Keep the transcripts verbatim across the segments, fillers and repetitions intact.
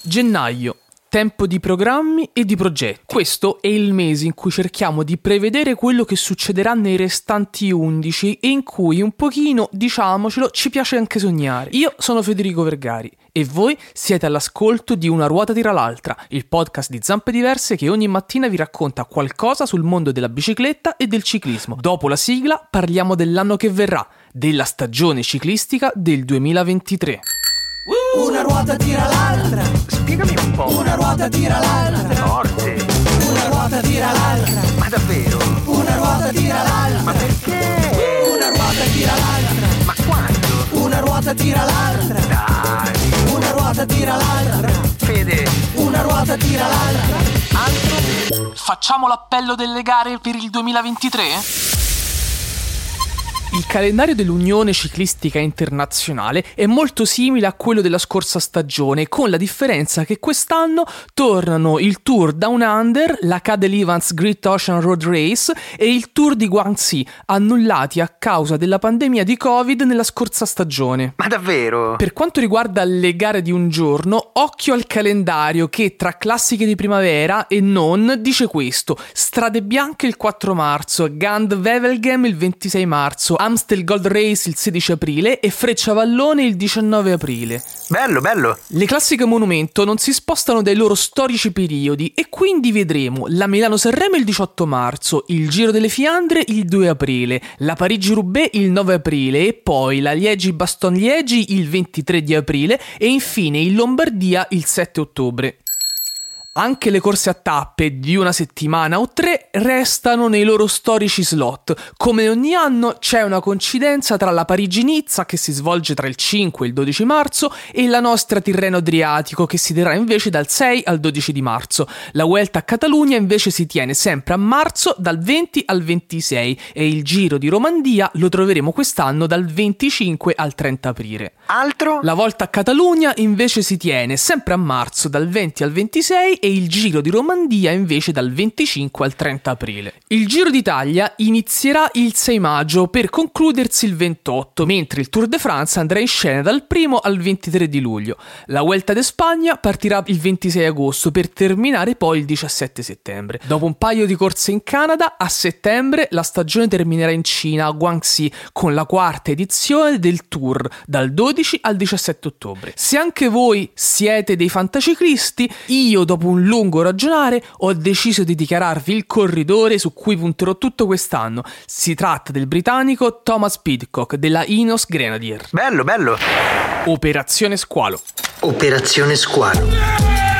Gennaio. Tempo di programmi e di progetti. Questo è il mese in cui cerchiamo di prevedere quello che succederà nei restanti undici e in cui un pochino, diciamocelo, ci piace anche sognare. Io sono Federico Vergari e voi siete all'ascolto di Una ruota tira l'altra, il podcast di Zampe Diverse che ogni mattina vi racconta qualcosa sul mondo della bicicletta e del ciclismo. Dopo la sigla parliamo dell'anno che verrà, della stagione ciclistica del duemilaventitré. Una ruota tira l'altra. Spiegami un po'. Una ruota tira l'altra. Forte. Una ruota tira l'altra. Ma davvero? Una ruota tira l'altra. Ma perché? Una ruota tira l'altra. Ma quando? Una ruota tira l'altra. Dai. Una ruota tira l'altra. Fede. Una ruota tira l'altra. Altro? Facciamo l'appello delle gare per il duemilaventitré? Il calendario dell'Unione Ciclistica Internazionale è molto simile a quello della scorsa stagione, con la differenza che quest'anno tornano il Tour Down Under, la Cadel Evans Great Ocean Road Race e il Tour di Guangxi, annullati a causa della pandemia di Covid nella scorsa stagione. Ma davvero? Per quanto riguarda le gare di un giorno, occhio al calendario che tra classiche di primavera e non dice questo: Strade Bianche il quattro marzo, Gand-Wevelgem il ventisei marzo, Amstel Gold Race il sedici aprile e Frecciavallone il diciannove aprile. Bello, bello. Le classiche monumento non si spostano dai loro storici periodi e quindi vedremo la Milano-Sanremo il diciotto marzo, il Giro delle Fiandre il due aprile, la Parigi-Roubaix il nove aprile e poi la Liegi-Bastogne-Liegi il ventitré di aprile e infine in Lombardia il sette ottobre. Anche le corse a tappe di una settimana o tre restano nei loro storici slot. Come ogni anno c'è una coincidenza tra la Parigi-Nizza che si svolge tra il cinque e il dodici marzo e la nostra Tirreno-Adriatico che si terrà invece dal sei al dodici di marzo. La Vuelta a Catalunya invece si tiene sempre a marzo dal venti al ventisei e il Giro di Romandia lo troveremo quest'anno dal venticinque al trenta aprile. Altro? La Volta a Catalunya invece si tiene sempre a marzo dal venti al ventisei e il Giro di Romandia invece dal venticinque al trenta aprile. Il Giro d'Italia inizierà il sei maggio per concludersi il ventotto, mentre il Tour de France andrà in scena dal primo al ventitré di luglio. La Vuelta d'Espagna partirà il ventisei agosto per terminare poi il diciassette settembre. Dopo un paio di corse in Canada, a settembre la stagione terminerà in Cina, a Guangxi, con la quarta edizione del Tour dal dodici al diciassette ottobre. Se anche voi siete dei fantaciclisti, io dopo un un lungo ragionare ho deciso di dichiararvi il corridore su cui punterò tutto quest'anno. Si tratta del britannico Thomas Pidcock della Ineos Grenadier. Bello, bello. Operazione Squalo. Operazione Squalo.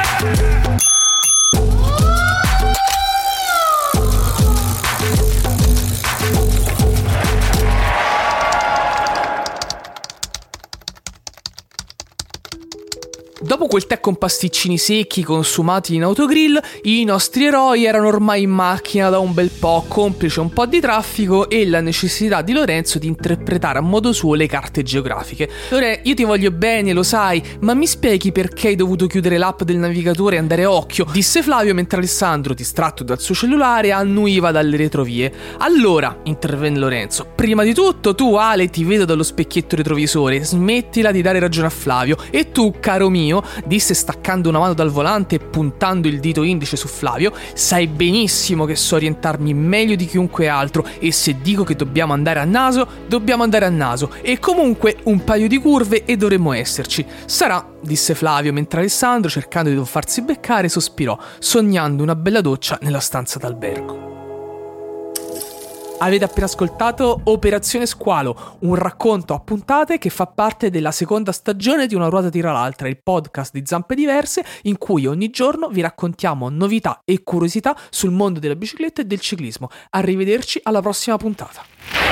Dopo quel tè con pasticcini secchi consumati in autogrill, i nostri eroi erano ormai in macchina da un bel po', complice un po' di traffico e la necessità di Lorenzo di interpretare a modo suo le carte geografiche. Lore, io ti voglio bene, lo sai, ma mi spieghi perché hai dovuto chiudere l'app del navigatore e andare a occhio? Disse Flavio mentre Alessandro, distratto dal suo cellulare, annuiva dalle retrovie. Allora, intervenne Lorenzo, prima di tutto tu, Ale, ti vedo dallo specchietto retrovisore, smettila di dare ragione a Flavio, e tu, caro mio, disse staccando una mano dal volante e puntando il dito indice su Flavio, sai benissimo che so orientarmi meglio di chiunque altro e se dico che dobbiamo andare a naso, dobbiamo andare a naso e comunque un paio di curve e dovremmo esserci. Sarà, disse Flavio mentre Alessandro, cercando di non farsi beccare, sospirò, sognando una bella doccia nella stanza d'albergo. Avete appena ascoltato Operazione Squalo, un racconto a puntate che fa parte della seconda stagione di Una ruota tira l'altra, il podcast di Zampe Diverse in cui ogni giorno vi raccontiamo novità e curiosità sul mondo della bicicletta e del ciclismo. Arrivederci alla prossima puntata.